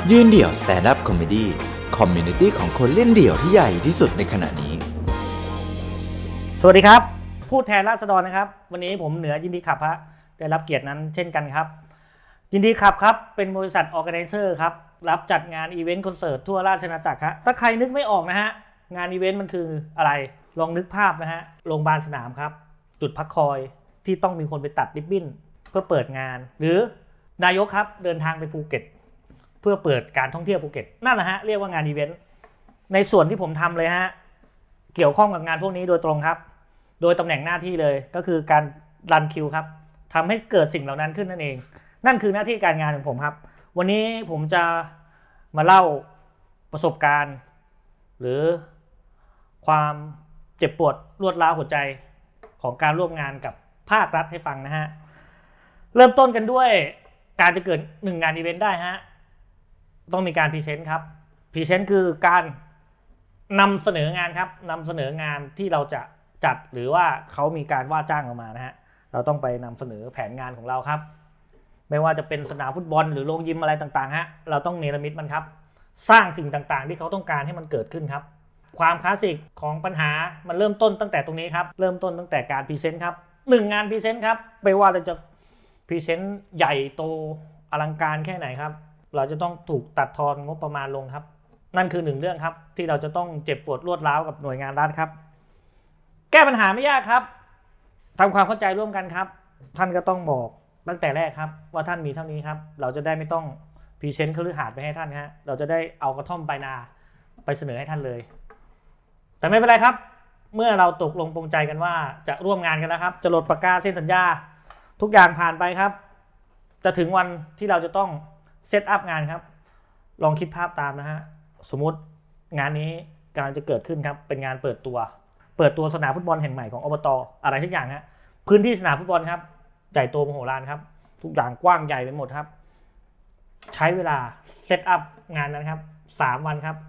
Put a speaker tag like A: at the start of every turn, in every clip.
A: ยืนเดี่ยวสแตนด์อัพคอมเมดี้คอมมูนิตี้ของคนเล่นเดี่ยวที่ใหญ่ที่สุดในขณะนี้
B: สวัสดีครับพูดแทนราษฎรนะครับวันนี้ผมเหนือยินดีขับฮะได้รับเกียรตินั้นเช่นกันครับยินดีขับครับเป็นบริษัทออร์แกไนเซอร์ครับรับจัดงานอีเวนต์คอนเสิร์ตทั่วราชอาณาจักรครับถ้าใครนึกไม่ออกนะฮะงานอีเวนต์มันคืออะไรลองนึกภาพนะฮะโรงพยาบาลสนามครับจุดพักคอยที่ต้องมีคนไปตัดริบบิ้นเพื่อเปิดงานหรือนายกครับเดินทางไปภูเก็ตเพื่อเปิดการท่องเที่ยวภูเก็ตนั่นแหละฮะเรียกว่างานอีเวนต์ในส่วนที่ผมทำเลยฮะเกี่ยวข้องกับงานพวกนี้โดยตรงครับโดยตำแหน่งหน้าที่เลยก็คือการรันคิวครับทำให้เกิดสิ่งเหล่านั้นขึ้นนั่นเองนั่นคือหน้าที่การงานของผมครับวันนี้ผมจะมาเล่าประสบการณ์หรือความเจ็บปวดรวดร้าวหัวใจของการร่วมงานกับภาครัฐให้ฟังนะฮะเริ่มต้นกันด้วยการจะเกิด1งานอีเวนต์ได้ฮะต้องมีการพรีเซนต์ครับพรีเซนต์คือการนำเสนองานครับนำเสนองานที่เราจะจัดหรือว่าเขามีการว่าจ้างเรามานะฮะเราต้องไปนำเสนอแผนงานของเราครับไม่ว่าจะเป็นสนามฟุตบอลหรือโรงยิมอะไรต่างๆฮะเราต้องเนรมิตมันครับสร้างสิ่งต่างๆที่เขาต้องการให้มันเกิดขึ้นครับความคลาสสิกของปัญหามันเริ่มต้นตั้งแต่ตรงนี้ครับเริ่มต้นตั้งแต่การพรีเซนต์ครับ1งานพรีเซนต์ครับไม่ว่าจะพรีเซนต์ใหญ่โตอลังการแค่ไหนครับเราจะต้องถูกตัดทอนงบประมาณลงครับนั่นคือ1เรื่องครับที่เราจะต้องเจ็บปวดรวดร้าวกับหน่วยงานรัฐครับแก้ปัญหาไม่ยากครับทำความเข้าใจร่วมกันครับท่านก็ต้องบอกตั้งแต่แรกครับว่าท่านมีเท่านี้ครับเราจะได้ไม่ต้องพรีเซนต์คฤหาสน์ไปให้ท่านฮะเราจะได้เอากระท่อมปลายนาไปเสนอให้ท่านเลยแต่ไม่เป็นไรครับเมื่อเราตกลงปรงใจกันว่าจะร่วมงานกันแล้วครับจะหลดปากกาเซ็นสัญญาทุกอย่างผ่านไปครับจะถึงวันที่เราจะต้องเซตอัพงานครับลองคิดภาพตามนะฮะสมมุติงานนี้กำลังจะเกิดขึ้นครับเป็นงานเปิดตัวสนามฟุตบอลแห่งใหม่ของอบต.อะไรทุกอย่างฮะพื้นที่สนามฟุตบอลครับใหญ่โตมโหฬารครับทุกอย่างกว้างใหญ่ไปหมดครับใช้เวลาเซตอัพงานนั้นครับ3วันครับ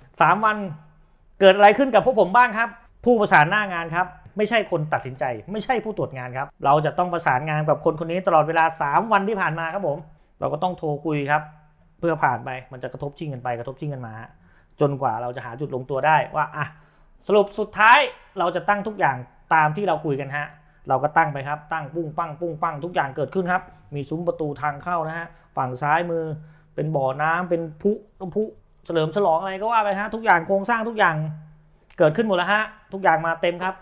B: 3วันเกิดอะไรขึ้นกับพวกผมบ้างครับผู้ประสานหน้างานครับไม่ใช่คนตัดสินใจไม่ใช่ผู้ตรวจงานครับเราจะต้องประสานงานกับคนคนนี้ตลอดเวลา3วันที่ผ่านมาครับผมเราก็ต้องโทรคุยครับเพื่อผ่านไปมันจะกระทบชิ่งกันไปกระทบชิ่งกันมาจนกว่าเราจะหาจุดลงตัวได้ว่าอ่ะสรุปสุดท้ายเราจะตั้งทุกอย่างตามที่เราคุยกันฮะเราก็ตั้งไปครับตั้งปุ้งปังปุ้งปังทุกอย่างเกิดขึ้นครับมีซุ้มประตูทางเข้านะฮะฝั่งซ้ายมือเป็นบ่อน้ำเป็นพุเฉลิมฉลองอะไรก็ว่าไปฮะทุกอย่างโครงสร้างทุกอย่างเกิดขึ้นหมดแล้วฮะทุกอย่างมาเต็มครับ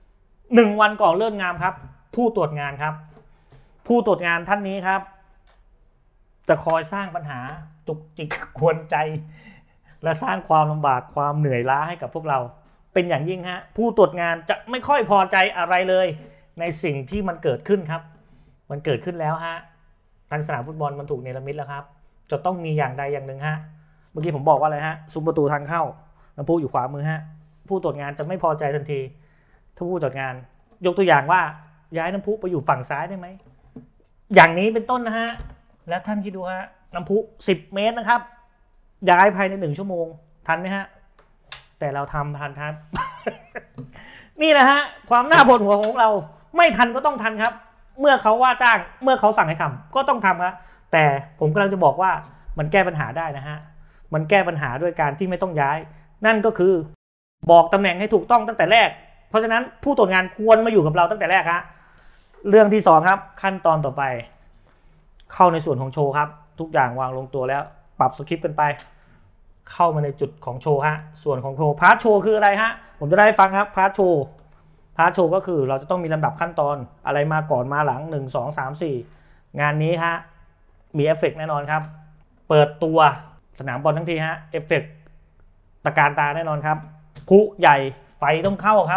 B: 1วันก่อนเริ่มงานครับผู้ตรวจงานครับผู้ตรวจงานท่านนี้ครับจะคอยสร้างปัญหาจุกจิกกวนใจและสร้างความลำบากความเหนื่อยล้าให้กับพวกเราเป็นอย่างยิ่งฮะผู้ตรวจงานจะไม่ค่อยพอใจอะไรเลยในสิ่งที่มันเกิดขึ้นครับมันเกิดขึ้นแล้วฮะทางสนามฟุตบอลมันถูกเนรมิตแล้วครับจะต้องมีอย่างใดอย่างหนึ่งฮะเมื่อกี้ผมบอกว่าอะไรฮะซุ้มประตูทางเข้าน้ำพุอยู่ขวามือฮะผู้ตรวจงานจะไม่พอใจทันทีถ้าผู้ตรวจงานยกตัวอย่างว่าย้ายน้ำพุไปอยู่ฝั่งซ้ายได้ไหมอย่างนี้เป็นต้นนะฮะและท่านคิดดูฮะน้ำพุ10 เมตรนะครับย้ายภายใน1 ชั่วโมงทันไหมฮะแต่เราทำทันครับ นี่แหละฮะความน่าปวดหัวของเราไม่ทันก็ต้องทันครับเมื่อเขาว่าจ้างเมื่อเขาสั่งให้ทำก็ต้องทำครับแต่ผมกำลังจะบอกว่ามันแก้ปัญหาได้นะฮะมันแก้ปัญหาด้วยการที่ไม่ต้องย้ายนั่นก็คือบอกตำแหน่งให้ถูกต้องตั้งแต่แรกเพราะฉะนั้นผู้ตรวจงานควรมาอยู่กับเราตั้งแต่แรกฮะเรื่องที่2ครับขั้นตอนต่อไปเข้าในส่วนของโชว์ครับทุกอย่างวางลงตัวแล้วปรับสคริปต์กันไปเข้ามาในจุดของโชว์ฮะส่วนของโชว์พาร์ทโชว์คืออะไรฮะผมจะได้ฟังครับพาร์ทโชว์ก็คือเราจะต้องมีลำดับขั้นตอนอะไรมาก่อนมาหลัง1 2 3 4งานนี้ฮะมีเอฟเฟกต์แน่นอนครับเปิดตัวสนามบอลทั้งทีฮะเอฟเฟกต์ตะการตาแน่นอนครับพลุใหญ่ไฟต้องเข้าครับ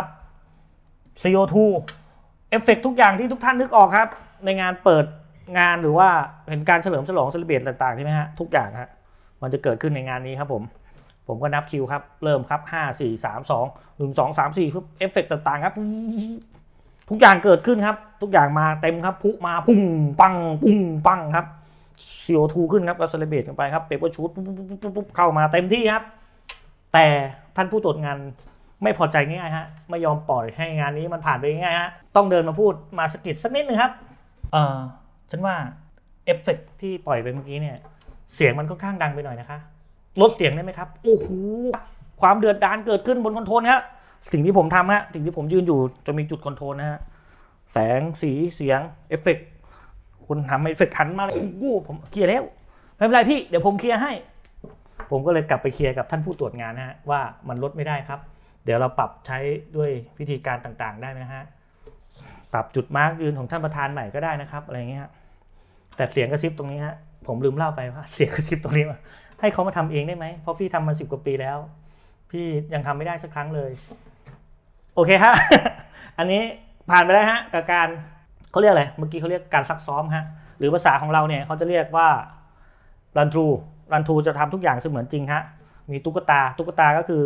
B: CO2 เอฟเฟกต์ทุกอย่างที่ทุกท่านนึกออกครับในงานเปิดงานหรือว่าเห็นการเฉลิมฉลองเซเลบเรตต่างๆใช่ไหมฮะทุกอย่างฮะมันจะเกิดขึ้นในงานนี้ครับผมก็นับคิวครับเริ่มครับ5 4 3 2 1 2 3 4ปุ๊บเอฟเฟกต์ต่างๆครับทุกอย่างเกิดขึ้นครับทุกอย่างมาเต็มครับพุมาปุ้งปังปุ้งปังครับ CO2 ขึ้นครับก็เซเลบเรตกันไปครับเปเปอร์ชูตปุ๊บเข้ามาเต็มที่ครับแต่ท่านผู้ตรวจงานไม่พอใจง่ายๆฮะไม่ยอมปล่อยให้งานนี้มันผ่านไปง่ายๆฮะต้องเดินมาพูดมาสะกิดสักนิดนึงครับฉันว่าเอฟเฟกต์ที่ปล่อยไปเมื่อกี้เนี่ยเสียงมันค่อนข้างดังไปหน่อยนะคะลดเสียงได้ไหมครับโอ้โหความเดือดดาลเกิดขึ้นบนคอนโทรลฮะสิ่งที่ผมทำฮะสิ่งที่ผมยืนอยู่จะมีจุดคอนโทรลนะฮะแสงสีเสียงเอฟเฟกต์คุณทำเอฟเฟกต์หันมาโอ้โหผมเคลียร์แล้วไม่เป็นไรพี่เดี๋ยวผมเคลียร์ให้ผมก็เลยกลับไปเคลียร์กับท่านผู้ตรวจงานนะฮะว่ามันลดไม่ได้ครับเดี๋ยวเราปรับใช้ด้วยวิธีการต่างๆได้นะฮะปรับจุดมาร์กยืนของท่านประธานใหม่ก็ได้นะครับอะไรอย่างเงี้ยแต่เสียงกระซิบตรงนี้ฮะผมลืมเล่าไปว่าเสียงกระซิบตรงนี้ให้เขามาทำเองได้ไหมเพราะพี่ทำมา10 กว่าปีแล้วพี่ยังทำไม่ได้สักครั้งเลยโอเคฮะ อันนี้ผ่านไปแล้วฮะกับการเขาเรียกอะไรเมื่อกี้เขาเรียกการซักซ้อมฮะหรือภาษาของเราเนี่ยเขาจะเรียกว่า run through จะทำทุกอย่างเสมือนจริงฮะมีตุ๊กตาก็คือ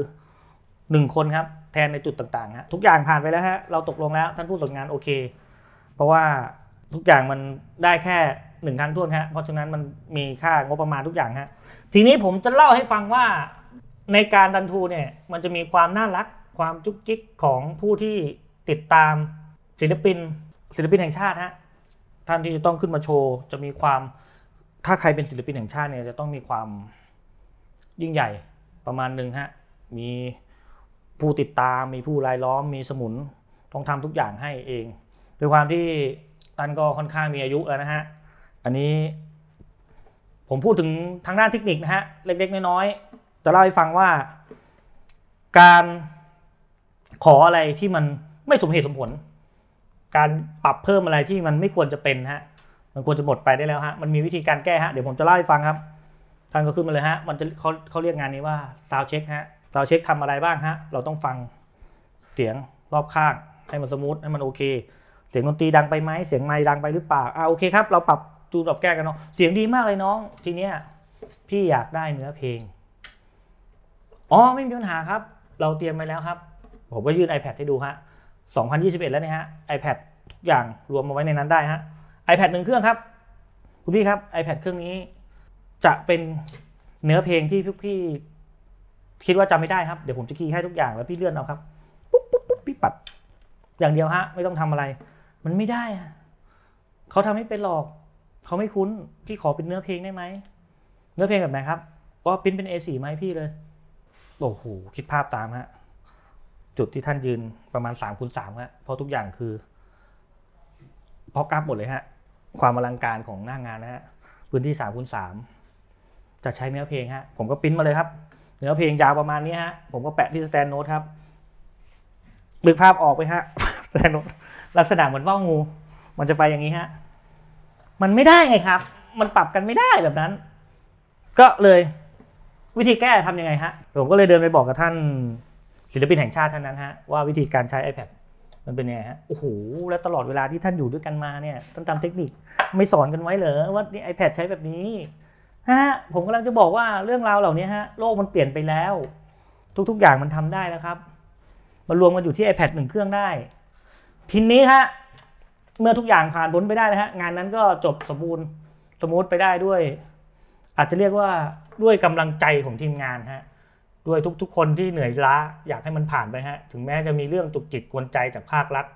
B: 1คนครับแทนในจุดต่างๆฮะทุกอย่างผ่านไปแล้วฮะเราตกลงแล้วท่านผู้ตรวจงานโอเคเพราะว่าทุกอย่างมันได้แค่1 ครั้งท้วนฮะเพราะฉะนั้นมันมีค่างบประมาณทุกอย่างฮะทีนี้ผมจะเล่าให้ฟังว่าในการรันทรูเนี่ยมันจะมีความน่ารักความจุกจิกของผู้ที่ติดตามศิลปินแห่งชาติฮะท่านที่จะต้องขึ้นมาโชว์จะมีความถ้าใครเป็นศิลปินแห่งชาติเนี่ยจะต้องมีความยิ่งใหญ่ประมาณนึงฮะมีผู้ติดตามมีผู้รายล้อมมีสมุนต้องทำทุกอย่างให้เองด้วยความที่ท่านก็ค่อนข้างมีอายุแล้วนะฮะอันนี้ผมพูดถึงทางด้านเทคนิคนะฮะเล็กๆน้อยๆจะเล่าให้ฟังว่าการขออะไรที่มันไม่สมเหตุสมผลการปรับเพิ่มอะไรที่มันไม่ควรจะเป็นฮะมันควรจะหมดไปได้แล้วฮะมันมีวิธีการแก้ฮะเดี๋ยวผมจะเล่าให้ฟังครับท่านก็ขึ้นมาเลยฮะมันจะเขาเรียกงานนี้ว่าซาวด์เช็คฮะซาวด์เช็คทำอะไรบ้างฮะเราต้องฟังเสียงรอบข้างให้มันสมูทให้มันโอเคเสียงดนตรีดังไปไหมเสียงไมค์ดังไปหรือเปล่าโอเคครับเราปรับจูนปรับแก้กันเนาะเสียงดีมากเลยน้องทีเนี้ยพี่อยากได้เนื้อเพลงไม่มีปัญหาครับเราเตรียมไว้แล้วครับผมก็ยื่น iPad ให้ดูฮะ2021แล้วเนี่ยฮะ iPad ทุกอย่างรวมมาไว้ในนั้นได้ฮะ iPad 1 เครื่องครับคุณพี่ครับ iPad เครื่องนี้จะเป็นเนื้อเพลงที่พี่คิดว่าจำไม่ได้ครับเดี๋ยวผมจะคีย์ให้ทุกอย่างแล้วพี่เลื่อนเอาครับปุ๊บพี่ปัดอย่างเดียวฮะไม่ต้องทำอะไรมันไม่ได้เขาทำให้เป็นหรอกเขาไม่คุ้นพี่ขอเป็นเนื้อเพลงได้ไหมเนื้อเพลงแบบไหนครับว่าพิมพ์เป็น A4 ไหมพี่เลยโอ้โหคิดภาพตามฮะจุดที่ท่านยืนประมาณ3x3ฮะเพราะทุกอย่างคือพอกราฟหมดเลยฮะความอลังการของหน้างานนะฮะพื้นที่3x3จะใช้เนื้อเพลงฮะผมก็พิมพ์มาเลยครับเนื้อเพลงยาวประมาณนี้ฮะผมก็แปะที่สแตนโน้ตครับนึกภาพออกไปฮะสแตนโน้ตลักษณะเหมือนว่าวงูมันจะไปอย่างนี้ฮะมันไม่ได้ไงครับมันปรับกันไม่ได้แบบนั้นก็เลยวิธีแก้ทำยังไงฮะผมก็เลยเดินไปบอกกับท่านศิลปินแห่งชาติท่านนั้นฮะว่าวิธีการใช้ iPad มันเป็นยังไงฮะโอ้โหแล้วตลอดเวลาที่ท่านอยู่ด้วยกันมาเนี่ยท่านทำเทคนิคไม่สอนกันไว้เหรอว่านี่ iPad ใช้แบบนี้ฮะผมกำลังจะบอกว่าเรื่องราวเหล่านี้ฮะโลกมันเปลี่ยนไปแล้วทุกๆอย่างมันทำได้นะครับมารวมกันอยู่ที่ iPad 1 เครื่องได้ทีนี้ฮะเมื่อทุกอย่างผ่านพ้นไปได้นะฮะงานนั้นก็จบสมูทไปได้ด้วยอาจจะเรียกว่าด้วยกำลังใจของทีมงานฮะด้วยทุกๆคนที่เหนื่อยล้าอยากให้มันผ่านไปฮะถึงแม้จะมีเรื่องจุกจิกกวนใจจากภาครัฐ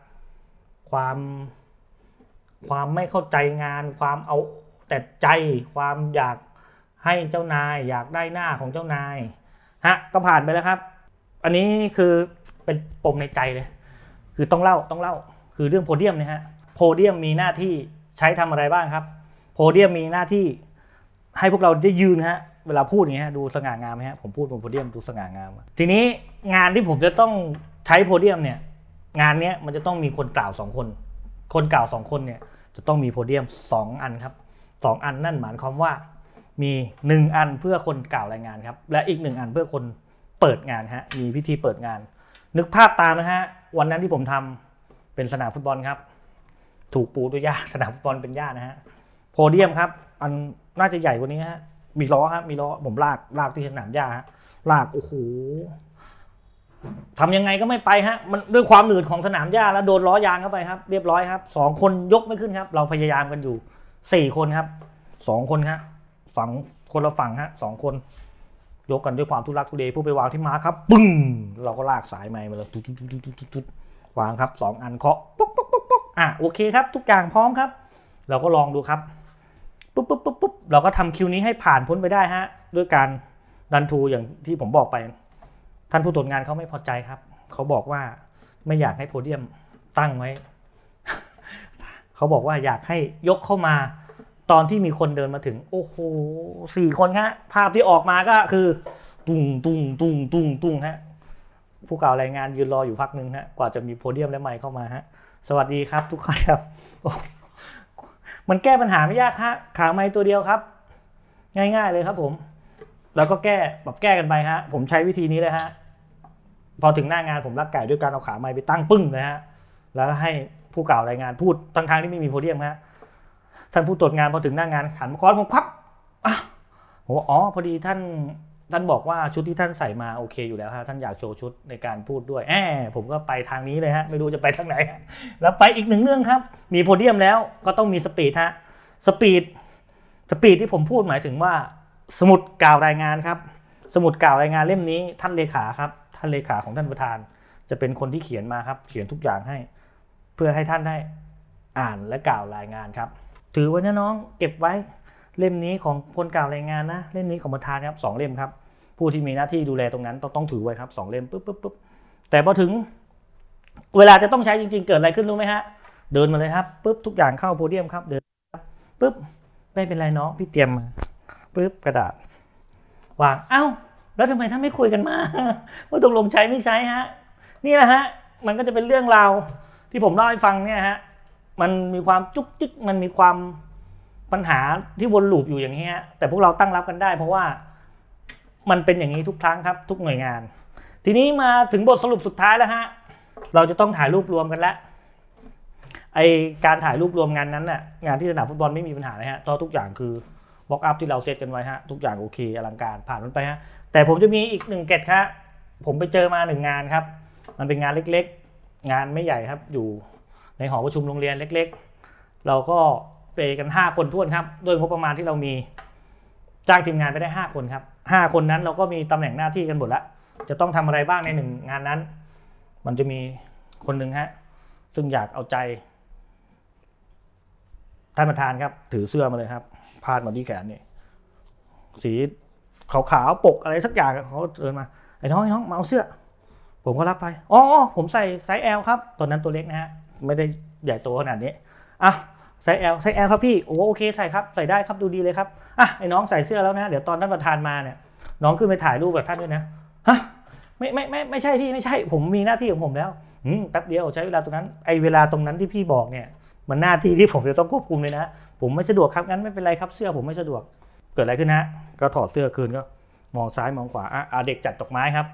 B: ความไม่เข้าใจงานความเอาแต่ใจความอยากให้เจ้านายอยากได้หน้าของเจ้านายฮะก็ผ่านไปแล้วครับอันนี้คือเป็นปมในใจเลยคือต้องเล่าคือเรื่องโพเดียมเนี่ยฮะโพเดียมมีหน้าที่ใช้ทำอะไรบ้างครับโพเดียมมีหน้าที่ให้พวกเราได้ยืนฮะเวลาพูดอย่างเงี้ยดูสง่างามไหมฮะผมพูดบนโพเดียมดูสง่างามทีนี้งานที่ผมจะต้องใช้โพเดียมเนี่ยงานเนี้ยมันจะต้องมีคนกล่าว2 คนกล่าว2 คนเนี่ยจะต้องมีโพเดียม2 อันครับ2 อันนั่นหมายความว่ามี1 อันเพื่อคนกล่าวรายงานครับและอีก1 อันเพื่อคนเปิดงานฮะมีพิธีเปิดงานนึกภาพตามนะฮะวันนั้นที่ผมทำเป็นสนามฟุตบอลครับถูกปูด้วยหญ้าสนามฟุตบอลเป็นหญ้านะฮะโพเดียมครับอันน่าจะใหญ่กว่านี้ฮะมีล้อครับมีล้อผมลากที่สนามหญ้าฮะลากโอ้โหทำยังไงก็ไม่ไปฮะมันด้วยความหนืดของสนามหญ้าแล้วโดนล้อยางเข้าไปครับเรียบร้อยครับ2 คนยกไม่ขึ้นครับเราพยายามกันอยู่4 คนครับ2 คนฮะฝั่งคนละฝั่งฮะ2 คนยกกันด้วยความทุลักทุเลผู้ไปวางที่ม้าครับปึ้งเราก็ลากสายไม้มาเลยตุ๊ดวางครับ2 อันเคาะป๊อกโอเคครับทุกอย่างพร้อมครับเราก็ลองดูครับปุ๊บเราก็ทำคิวนี้ให้ผ่านพ้นไปได้ฮะด้วยการดันทูอย่างที่ผมบอกไปท่านผู้ตรวจงานเขาไม่พอใจครับเขาบอกว่าไม่อยากให้โพเดียมตั้งไว้ เขาบอกว่าอยากให้ยกเข้ามาตอนที่มีคนเดินมาถึงโอ้โห4 คนฮะภาพที่ออกมาก็คือตุ้งฮะผู้กล่าวรายงานยืนรออยู่พักนึงฮะกว่าจะมีโพเดียมและไมค์เข้ามาฮะสวัสดีครับทุกคนครับมันแก้ปัญหาไม่ยากฮะขาไมค์ตัวเดียวครับง่ายๆเลยครับผมแล้วก็แก้กันไปฮะผมใช้วิธีนี้เลยฮะพอถึงหน้างานผมลักไก่ด้วยการเอาขาไมค์ไปตั้งปึ้งเลยฮะแล้วให้ผู้กล่าวรายงานพูดทั้งที่ไม่มีโพเดียมฮะท่านผู้ตรวจงานพอถึงหน้างานหันมาค้อนผมครับผมว่าอ๋อพอดีท่านบอกว่าชุดที่ท่านใส่มาโอเคอยู่แล้วฮะท่านอยากโชว์ชุดในการพูดด้วยผมก็ไปทางนี้เลยฮะไม่รู้จะไปทางไหนแล้วไปอีกหนึ่งเรื่องครับมีโพเดียมแล้วก็ต้องมีสปีดฮะสปีดที่ผมพูดหมายถึงว่าสมุดกล่าวรายงานครับสมุดกล่าวรายงานเล่มนี้ท่านเลขาครับท่านเลขาของท่านประธานจะเป็นคนที่เขียนมาครับเขียนทุกอย่างให้เพื่อให้ท่านได้อ่านและกล่าวรายงานครับถือไว้นะน้องเก็บไว้เล่มนี้ของคนกล่าวรายงานนะเล่มนี้ของประธานครับ2 เล่มครับผู้ที่มีหน้าที่ดูแลตรงนั้นต้องถือไว้ครับ2 เล่มปุ๊บแต่พอถึงเวลาจะต้องใช้จริงๆเกิดอะไรขึ้นรู้ไหมฮะเดินมาเลยครับปุ๊บทุกอย่างเข้าโพเดียมครับเดินปุ๊บไม่เป็นไรน้องพี่เตรียมมาปุ๊บกระดาษวางเอ้าแล้วทำไมท่านไม่คุยกันมาว่าตกลงใช้ไม่ใช้ฮะนี่แหละฮะมันก็จะเป็นเรื่องราวที่ผมเล่าให้ฟังเนี่ยฮะมันมีความจุกจิกมันมีความปัญหาที่วนลูปอยู่อย่างนี้ฮะแต่พวกเราตั้งรับกันได้เพราะว่ามันเป็นอย่างนี้ทุกครั้งครับทุกหน่วยงานทีนี้มาถึงบทสรุปสุดท้ายแล้วฮะเราจะต้องถ่ายรูปรวมกันแล้วไอการถ่ายรูปรวมงานนั้นน่ะงานที่สนามฟุตบอลไม่มีปัญหาเลยฮะเพราะทุกอย่างคือบ็อกอัพที่เราเซตกันไว้ฮะทุกอย่างโอเคอลังการผ่านมันไปฮะแต่ผมจะมีอีก1 เกตครับผมไปเจอมา1 งานครับมันเป็นงานเล็กๆงานไม่ใหญ่ครับอยู่ในหอประชุมโรงเรียนเล็กๆเราก็ไปกัน5 คนท้วนครับโดยงบประมาณที่เรามีจ้างทีมงานไปได้5 คนครับ5 คนนั้นเราก็มีตำแหน่งหน้าที่กันหมดแล้วจะต้องทำอะไรบ้างใน1 งานนั้นมันจะมีคนหนึ่งฮะซึ่งอยากเอาใจท่านประธานครับถือเสื้อมาเลยครับพาดมาที่แขนนี่สีขาวๆปกอะไรสักอย่างเขาเดินมาไอ้น้องมาเอาเสื้อผมก็รับไปอ๋อผมใส่ไซส์ L ครับตอนนั้นตัวเล็กนะฮะไม่ได้ใหญ่โตขนาดนี้ไซส์ L ครับพี่โอเคใส่ครับใส่ได้ครับดูดีเลยครับไอ้น้องใส่เสื้อแล้วนะเดี๋ยวตอนท่านประธานมาเนี่ยน้องขึ้นไปถ่ายรูปกับท่านด้วยนะไม่ใช่พี่ไม่ใช่ผมมีหน้าที่ของผมแล้วแป๊บเดียวใช้เวลาตรงนั้นไอ้เวลาตรงนั้นที่พี่บอกเนี่ยมันหน้าที่ที่ผมจะต้องควบคุมเลยนะผมไม่สะดวกครับงั้นไม่เป็นไรครับเสื้อผมไม่สะดวกเกิดอะไรขึ้นฮะก็ถอดเสื้อคืนก็มองซ้ายมองขวาเด็กจัดดอกไม้ครับ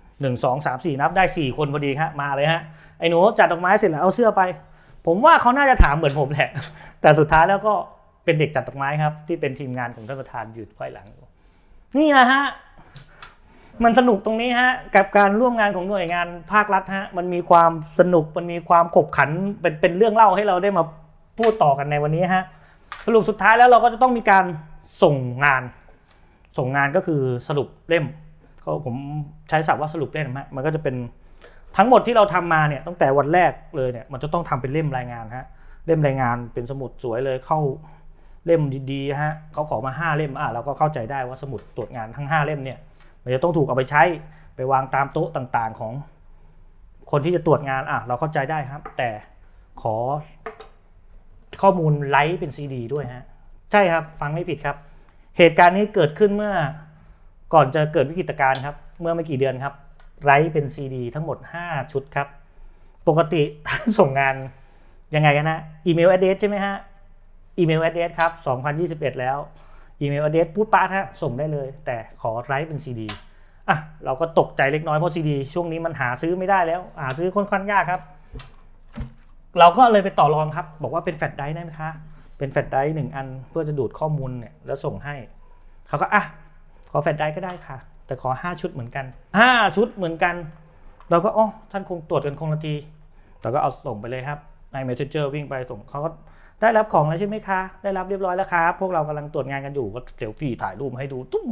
B: 1 2 3 4นับได้4 คนพอดีฮะมาเลยฮะไอ้หนูจัดดอกไม้เสร็จแล้วเอาเสื้อไปผมว่าเขาน่าจะถามเหมือนผมแหละแต่สุดท้ายแล้วก็เป็นเด็กจัดดอกไม้ครับที่เป็นทีมงานของท่านประธานยืนไขว้หลังนี่นะฮะมันสนุกตรงนี้ฮะกับการร่วมงานของหน่วยงานภาครัฐฮะมันมีความสนุกมันมีความขบขันเป็นเรื่องเล่าให้เราได้มาพูดต่อกันในวันนี้ฮะสรุปสุดท้ายแล้วเราก็จะต้องมีการส่งงานก็คือสรุปเล่มก็ผมใช้ศัพท์ว่าสรุปเล่มฮะมันก็จะเป็นทั้งหมดที่เราทำมาเนี่ยตั้งแต่วันแรกเลยเนี่ยมันจะต้องทำเป็นเล่มรายงานฮะเล่มรายงานเป็นสมุดสวยเลยเข้าเล่มดีๆฮะเขาขอมา5 เล่มเราก็เข้าใจได้ว่าสมุดตรวจงานทั้ง5 เล่มเนี่ยมันจะต้องถูกเอาไปใช้ไปวางตามโต๊ะต่างๆของคนที่จะตรวจงานเราเข้าใจได้ครับแต่ขอข้อมูลไลฟ์เป็นซีดีด้วยฮะใช่ครับฟังไม่ผิดครับเหตุการณ์นี้เกิดขึ้นเมื่อก่อนจะเกิดวิกฤตการณ์ครับเมื่อไม่กี่เดือนครับไลฟ์เป็นซีดีทั้งหมด5 ชุดครับปกติส่งงานยังไงกันนะอีเมลแอดเดรสใช่ไหมฮะอีเมลแอดเดรสครับ2021แล้วอีเมลแอดเดรสพูดป๊าฮะส่งได้เลยแต่ขอไลฟ์เป็นซีดีเราก็ตกใจเล็กน้อยเพราะซีดีช่วงนี้มันหาซื้อไม่ได้แล้วหาซื้อค่อนข้างยากครับเราก็เลยไปต่อรองครับบอกว่าเป็นแฟลชไดรฟ์ได้ไหมคะเป็นแฟลชไดรฟ์1 อันเพื่อจะดูดข้อมูลเนี่ยแล้วส่งให้เขาก็ขอแฟลชไดรฟ์ก็ได้ค่ะแต่ขอ5 ชุดเหมือนกัน5 ชุดเหมือนกันเราก็ท่านคงตรวจกันคงนาทีเราก็เอาส่งไปเลยครับใน Messenger วิ่งไปส่งเขาก็ได้รับของแล้วใช่ไหมคะได้รับเรียบร้อยแล้วครับพวกเรากำลังตรวจงานกันอยู่ก็เซลฟี่ถ่ายรูปให้ดูตุ้ม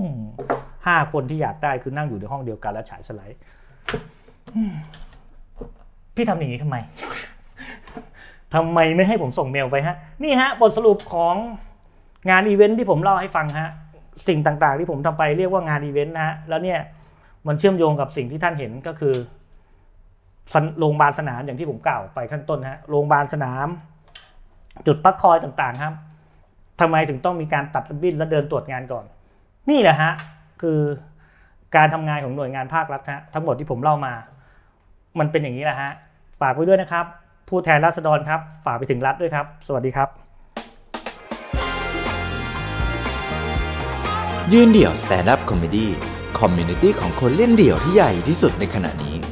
B: 5 คนที่อยากได้คือนั่งอยู่ในห้องเดียวกันแล้วฉายสไลด์พี่ทำอย่างนี้ทำไมไม่ให้ผมส่งเมลไปฮะนี่ฮะบทสรุปของงานอีเวนท์ที่ผมเล่าให้ฟังฮะสิ่งต่างๆที่ผมทำไปเรียกว่างานอีเวนต์นะฮะแล้วเนี่ยมันเชื่อมโยงกับสิ่งที่ท่านเห็นก็คือโรงพยาบาลสนามอย่างที่ผมกล่าวไปข้างต้นฮะโรงพยาบาลสนามจุดพักคอยต่างๆครับทำไมถึงต้องมีการตัดริบบิ้นและเดินตรวจงานก่อนนี่แหละฮะคือการทำงานของหน่วยงานภาครัฐฮะทั้งหมดที่ผมเล่ามามันเป็นอย่างนี้แหละฮะฝากไว้ด้วยนะครับผู้แทนราษฎรครับฝากไปถึงรัฐด้วยครับสวัสดีครับ
A: ยืนเดี่ยว Stand Up Comedy คอมมูนิตี้ของคนเล่นเดี่ยวที่ใหญ่ที่สุดในขณะนี้